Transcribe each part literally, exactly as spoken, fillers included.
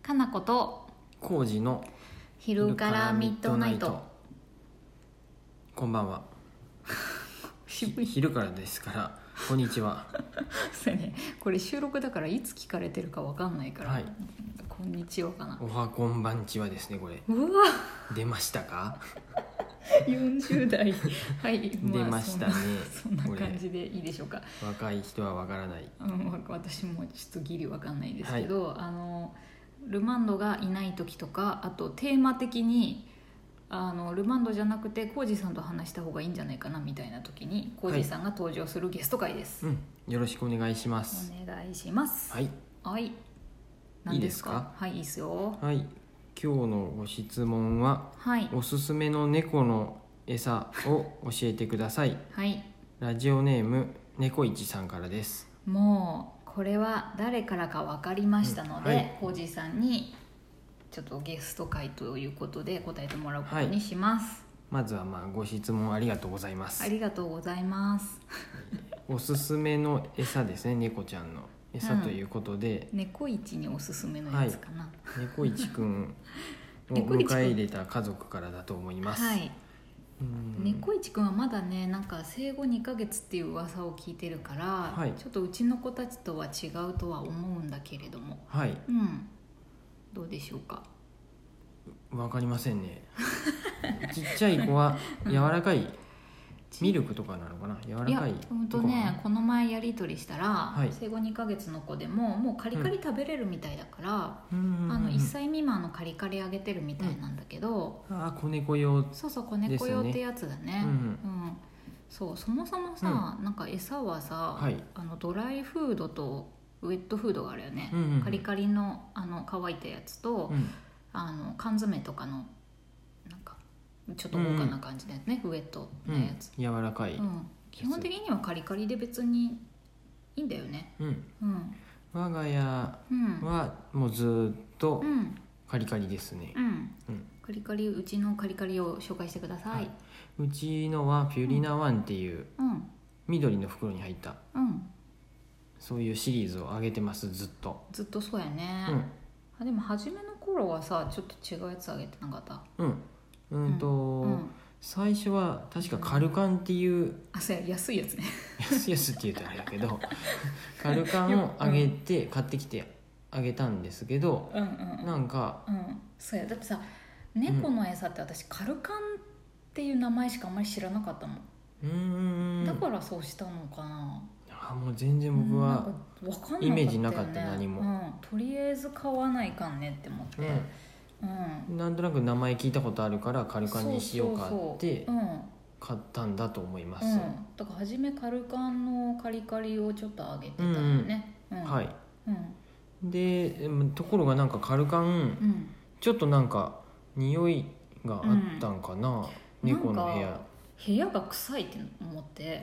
かなことコウジの昼からミッドナイト。 こんばんは。 渋い昼からですからこんにちは。 そうね、これ収録だからいつ聞かれてるかわかんないから、 はい、 こんにちはかな。 おはこんばんちはですね。これうわ出ましたか？ よんじゅう代はい、 出ましたね。 そんなそんな感じでいいでしょうか。 若い人はわからない、 うん、わ私もちょっとギリわかんないですけど、はい、あのルマンドがいない時とか、あとテーマ的にあのルマンドじゃなくてコウジさんと話した方がいいんじゃないかなみたいな時にコウジさんが登場するゲスト会です、 はい、うん、よろしくお願いします。 お願いします。 はい、 はい、 いいですか？ はい、いいですよ。 はい、今日のご質問は、はい、おすすめの猫の餌を教えてください。 はい、 ラジオネーム猫一さんからです。 もうこれは誰からか分かりましたので、コウジさんにちょっとゲスト会ということで答えてもらうことにします、 はい、まずはまあご質問ありがとうございます。 ありがとうございますおすすめの餌ですね。猫ちゃんの餌ということで、 うん、猫一におすすめのやつかな、はい、 猫一くんを迎え入れた家族からだと思います。はい、 うん、猫一くんはまだね、なんか生後にかげつっていう噂を聞いてるから、はい、ちょっとうちの子たちとは違うとは思うんだけれども、 はい、 うん、どうでしょうか。 わかりませんね。ちっちゃい子は柔らかい、うん、ミルクとかなのかな。柔らかい。いや、 うんとね、この前やり取りしたら、はい、生後にかげつの子でももうカリカリ食べれるみたいだから、うん、あのいっさい未満のカリカリあげてるみたいなんだけど、 うん、あ、子猫用ですね。 そうそう、子猫用ってやつだね、うんうん、そう、そもそもさ、うん、なんか餌はさ、はい、あのドライフードとウェットフードがあるよね、うんうんうん、カリカリ の, あの乾いたやつと、うん、あの缶詰とかのなんかちょっと豪華な感じだよね、うん、ウェットのやつ、 うん、柔らかい、うん、 基本的にはカリカリで別にいいんだよね、 うんうん、我が家はもうずっとカリカリですね、うんうん、 カリカリ、うちのカリカリを紹介してください、はい、 うちのはピュリナワンっていう緑の袋に入った、うん、そういうシリーズをあげてます。ずっとずっとそうやね、うん、あ、でも初めの頃はさ、ちょっと違うやつあげてなかった？ うんうんと、うん、最初は確かカルカンっていう、うん、 あ、そうや、安いやつね安いやつって言うとあれだけどカルカンをあげて、うん、買ってきてあげたんですけど、うんうんうん、なんか、 うん、そうや、だってさ、猫の餌って私、うん、カルカンっていう名前しかあんまり知らなかったもん。うーん、だからそうしたのかな。 あ、もう全然僕はイメージなかった、何も、 うん、とりあえず買わないかんねって思って、 うんうん、なんとなく名前聞いたことあるからカルカンにしようかって買ったんだと思います、うん、 だから初めカルカンのカリカリをちょっとあげてたよね、うんうん、 はい、うん、でところがなんかカルカン、うん、ちょっとなんか匂いがあったんかな、うん、猫の部屋部屋が臭いって思って、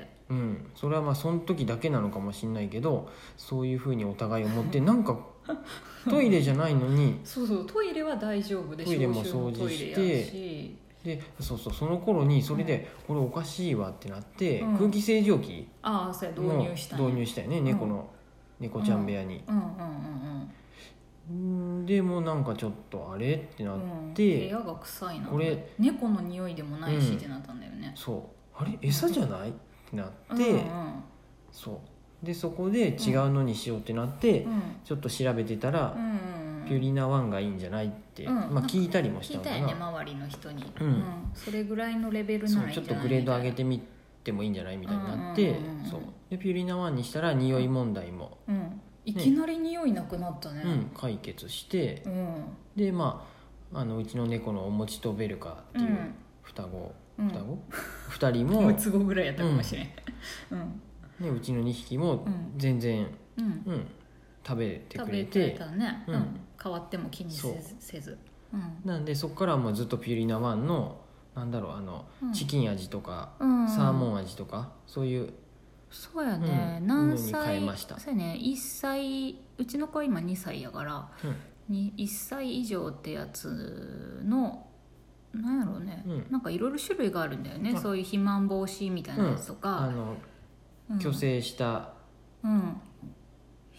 うん、それはまあその時だけなのかもしれないけど、そういうふうにお互い思ってなんかトイレじゃないのにそうそう、トイレは大丈夫で、 トイレも掃除してで、そうそう、その頃にそれで、うん、これおかしいわってなって、うん、空気清浄機ああ、そうや、導入したね、 導入したよね、猫の、うん、猫ちゃん部屋に、うんうんうんうん、でもなんかちょっとあれってなって、 うん、部屋が臭いな、これ猫の匂いでもないし、うん、ってなったんだよね。 そう、あれ餌じゃないってなって、うんうん、そうでそこで違うのにしようってなって、うん、ちょっと調べてたら、うんうん、ピュリナワンがいいんじゃないって、うん、まあ、聞いたりもしたのかな、 聞いたよね、周りの人に、うんうん、それぐらいのレベルならいいんじゃない、 そう、ちょっとグレード上げてみてもいいんじゃないみたいになって、うんうんうん、そうでピュリナワンにしたら匂い問題も、 うんうん、いきなり匂いなくなったね、 うん、解決して、うん、でまああのうちの猫のおもちとベルカっていう双子、うん、双子ふたりもむつ子ぐらいやったかもしれん、うんうんね、うちのにひきも全然、うんうん、食べてくれて、 食べてたね、うんうん、変わっても気にせず、うん、 なんでそこからはもうずっとピュリナワンのなんだろう、あの、うん、チキン味とか、うん、サーモン味とかそういう、 そうやね、うん、何歳に変えました。そうやね、いっさい、うちの子は今にさいやから、うん、いっさい以上ってやつのなんやろうね、うん、なんかいろいろ種類があるんだよね、そういう肥満防止みたいなやつとか、 うん、あの、うん、虚勢した、 うん、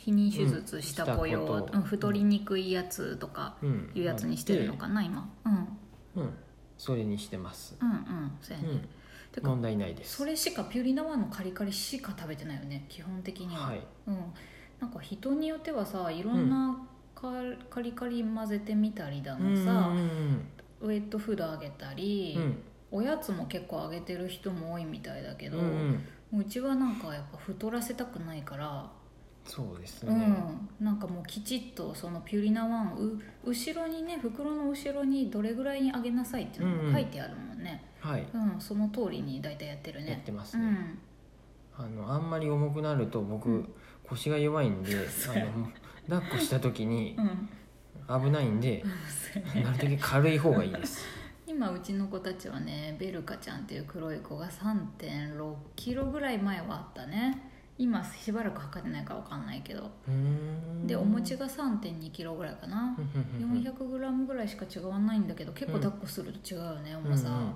避妊手術した子用、うんうん、太りにくいやつとかいうやつにしてるのかな、うん、今、 うん、うん、それにしてます。 うんうん、そうやね、 うん、問題ないです。 それしかピュリナワンのカリカリしか食べてないよね基本的には、はい、うん、なんか人によってはさいろんなカリカリ混ぜてみたりだのさ、うんうんうん、ウェットフードあげたり、うん、おやつも結構あげてる人も多いみたいだけど、うんうん、うちはなんかやっぱ太らせたくないから、 そうですね、 うん、なんかもうきちっとそのピュリナワンう後ろにね袋の後ろにどれぐらいにあげなさいっていうのが書いてあるもんね、うんうん、はい、うん、その通りに大体やってるね。 やってますね、うん、あのあんまり重くなると僕、うん、腰が弱いんであの抱っこした時に危ないんで、うん、なるだけ軽い方がいいです今うちの子たちはねベルカちゃんっていう黒い子が さんてんろくキロぐらい前はあったね。今しばらく測ってないか分かんないけど、うーんでお餅が さんてんにキロぐらいかなよんひゃくグラムぐらいしか違わないんだけど結構抱っこすると違うよね、うん、重さ、うんうん、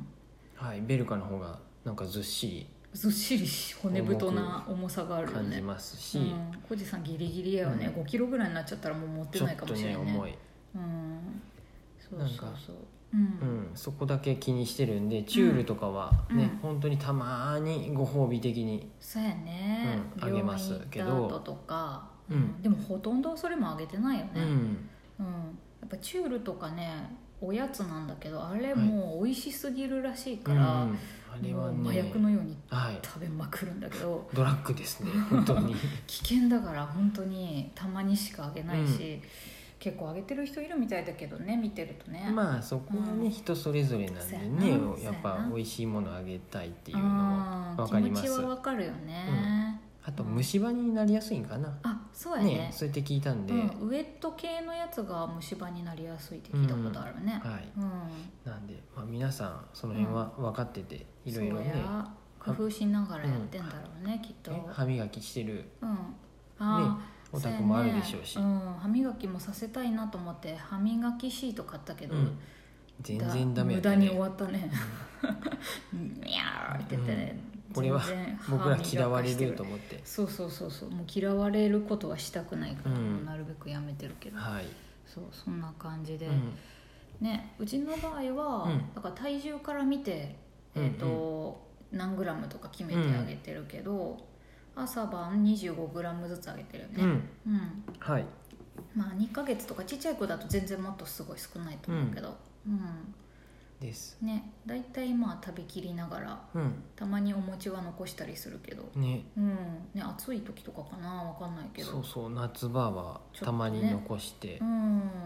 はい、ベルカの方がなんかずっしりずっしり骨太な重さがあるよね。 感じますし、 うん、小路さんギリギリやよね、うん、ごキロぐらいになっちゃったらもう持ってないかもしれないね。 ちょっとね重い、 うん、そうそうそう、 うんうん、そこだけ気にしてるんでチュールとかはね、うん、本当にたまにご褒美的にそうやね、 うん、あげますけど病院行った後とか、うん、でもほとんどそれもあげてないよね、うんうん、やっぱチュールとかねおやつなんだけどあれもう美味しすぎるらしいから、はい、うん、あれはね、麻薬のように食べまくるんだけど、はい、 ドラッグですね本当に危険だから本当にたまにしかあげないし、うん、結構あげてる人いるみたいだけどね見てるとね。 まあそこはね、うん、人それぞれなんでねやっぱ美味しいものあげたいっていうのも分かります。 気持ちは分かるよね、 うん、あと虫歯になりやすいんかな、うん、 あそうやね、ね、 そうやって聞いたんで、 うん、ウエット系のやつが虫歯になりやすいって聞いたことあるね、 うん、はい、うん、なんで、まあ、皆さんその辺は分かってていろいろね工夫しながらやってんだろうね、うん、きっと歯磨きしてる、 うん、あねお宅もあるでしょうし、 ね、うん、歯磨きもさせたいなと思って歯磨きシート買ったけど、うん、 全然ダメやったね、無駄に終わったねミャーって言ってね、 うん、これは僕ら嫌われると思ってそうそうそうそうもう嫌われることはしたくないから、うん、なるべくやめてるけど、 はい、 そうそんな感じで、うん、ね、うちの場合は、うん、だから体重から見て、えーとうんうん、何グラムとか決めてあげてるけど、うん、朝晩にじゅうごグラムずつあげてるよね、うんうん、 はい、 まあにかげつとかちっちゃい子だと全然もっとすごい少ないと思うけど、うんうん、 ですね、だいたいまあ食べきりながら、うん、たまにお餅は残したりするけど、ね、うんね、暑い時とかかな分かんないけど、 そうそう夏場はたまに残して、ね、うん、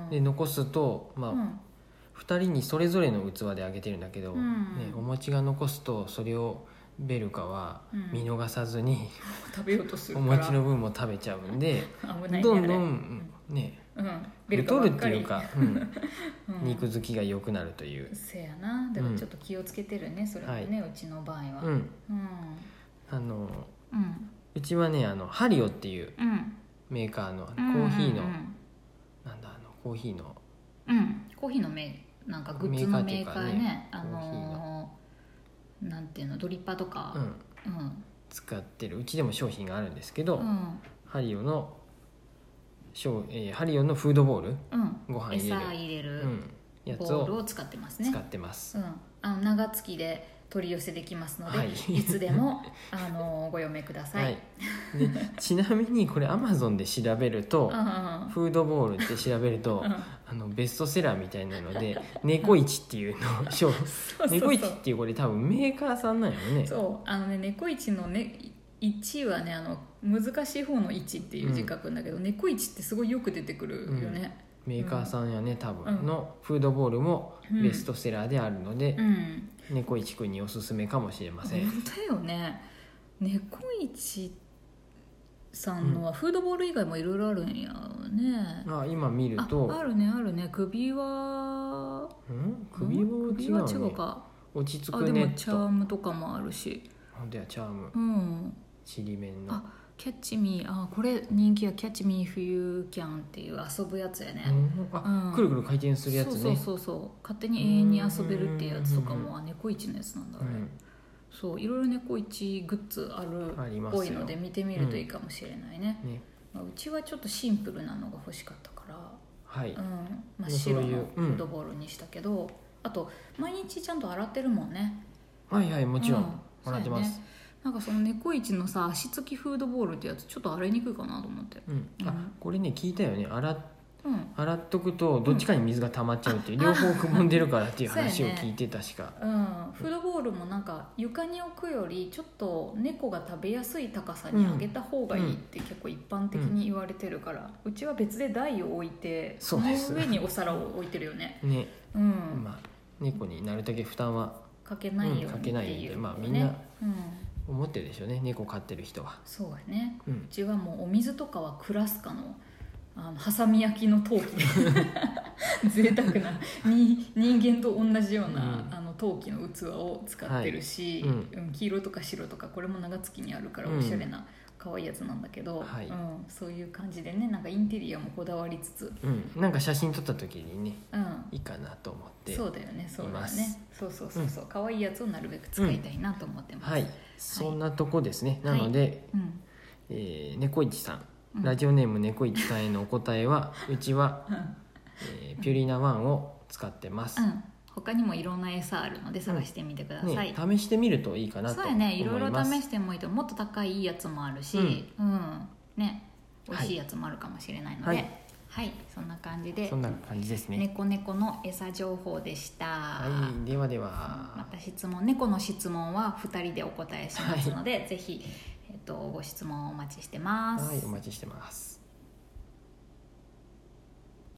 で残すとまあ、うん、ふたりにそれぞれの器であげてるんだけど、うんね、お餅が残すとそれをベルカは見逃さずに、うん、 食べようとするからお餅の分も食べちゃうんで危ないね、 どんどんね、うん、太るっていうか、うんうん、肉付きが良くなるという。 せやな、でもちょっと気をつけてるね、うん、それはね、はい、うちの場合は、うんうん、あの、うん、うちはねあのハリオっていうメーカーのコーヒーの、うんうんうん、なんだあのコーヒーの、 うん、コーヒーのメなんかグッズのメーカーね、ね、あのー、なんていうのドリッパーとか、うんうん、使ってるうちでも商品があるんですけど、うん、ハリオのえー、ハリオのフードボール、うん、ご飯入れる餌入れる、うん、 やつをボールを使ってますね使ってます、 うん、あの長月で取り寄せできますので、はい、いつでもあのご嫁ください、はい、 でちなみにこれ アマゾン で調べるとフードボールって調べるとあのベストセラーみたいなので猫市っていうのを猫市っていうこれ多分メーカーさんなんやろね。 そうあのね猫市のねいちはねあの難しい方のいちっていう字書くんだけど、うん、猫市ってすごいよく出てくるよね、 うん、メーカーさんやね多分のフードボールもベストセラーであるので、うん、猫市くんにおすすめかもしれません。 本当よね。猫市さんのはフードボール以外もいろいろあるんやね、 うん、あ今見るとあ, あるねあるね首はん首は違う、ね、 首は違うか落ち着くネット。あでもチャームとかもあるし本当やチャーム、 うん、 ちりめんのあキャッチミーあこれ人気やキャッチミーフユーキャンっていう遊ぶやつやね、 うんあうん、くるくる回転するやつね。 そうそうそうそう勝手に永遠に遊べるっていうやつとかも猫市のやつなんだあれ、うん、 そういろいろ猫一グッズあるっぽいので見てみるといいかもしれないね。うん、ね、まあ、うちはちょっとシンプルなのが欲しかったから、 はい、 うん、真っ白のフードボールにしたけど、うん、あと毎日ちゃんと洗ってるもんね。 はいはい、もちろん、うん、洗ってます。 なんかその猫一のさ足つきフードボールってやつちょっと洗いにくいかなと思って、 うん、あ、これね聞いたよね。洗っうん、洗っとくとどっちかに水が溜まっちゃうっていう、うん、両方くぼんでるからっていう話を聞いてたしか、 うん、フードボールもなんか床に置くよりちょっと猫が食べやすい高さに上げた方がいいって結構一般的に言われてるから、うん、うちは別で台を置いてその上にお皿を置いてるよね。ね、うん、 まあ、猫になるだけ負担はかけないようにっていう、ね、 かけないんで、まあみんな、うん思ってるでしょうね、猫飼ってる人は。 そうやね、うん、うちはもうお水とかはクラスカのあのハサミ焼きの陶器贅沢なに人間と同じような、うん、あの陶器の器を使ってるし、はい、うん、黄色とか白とかこれも長月にあるからおしゃれな可愛いやつなんだけど、うん、はい、うん、そういう感じでね、なんかインテリアもこだわりつつ、 うん、なんか写真撮った時にね、うん、いいかなと思ってそうだよね、そうだよね、そうそうそうそう、うん、可愛いやつをなるべく使いたいなと思ってます、うん、 はい、はい、そんなとこですね。なので、はい、うん、えー、猫市さん、ラジオネーム猫一さんへのお答えはうちは、うん、えー、ピュリナワンを使ってます、うん、 他にもいろんな餌あるので探してみてください、 うんね、試してみるといいかなと思います。 そうやね、いろいろ試してもいいと、もっと高いいいやつもあるし、うん、うん、ね、美味しいやつもあるかもしれないので、はい、はい、そんな感じで、 そんな感じですね。 猫猫の餌情報でした。 はい、ではでは、 また質問、猫の質問はふたりでお答えしますので、はい、ぜひ、えっと、ご質問お待ちしてます。 はい、お待ちしてます。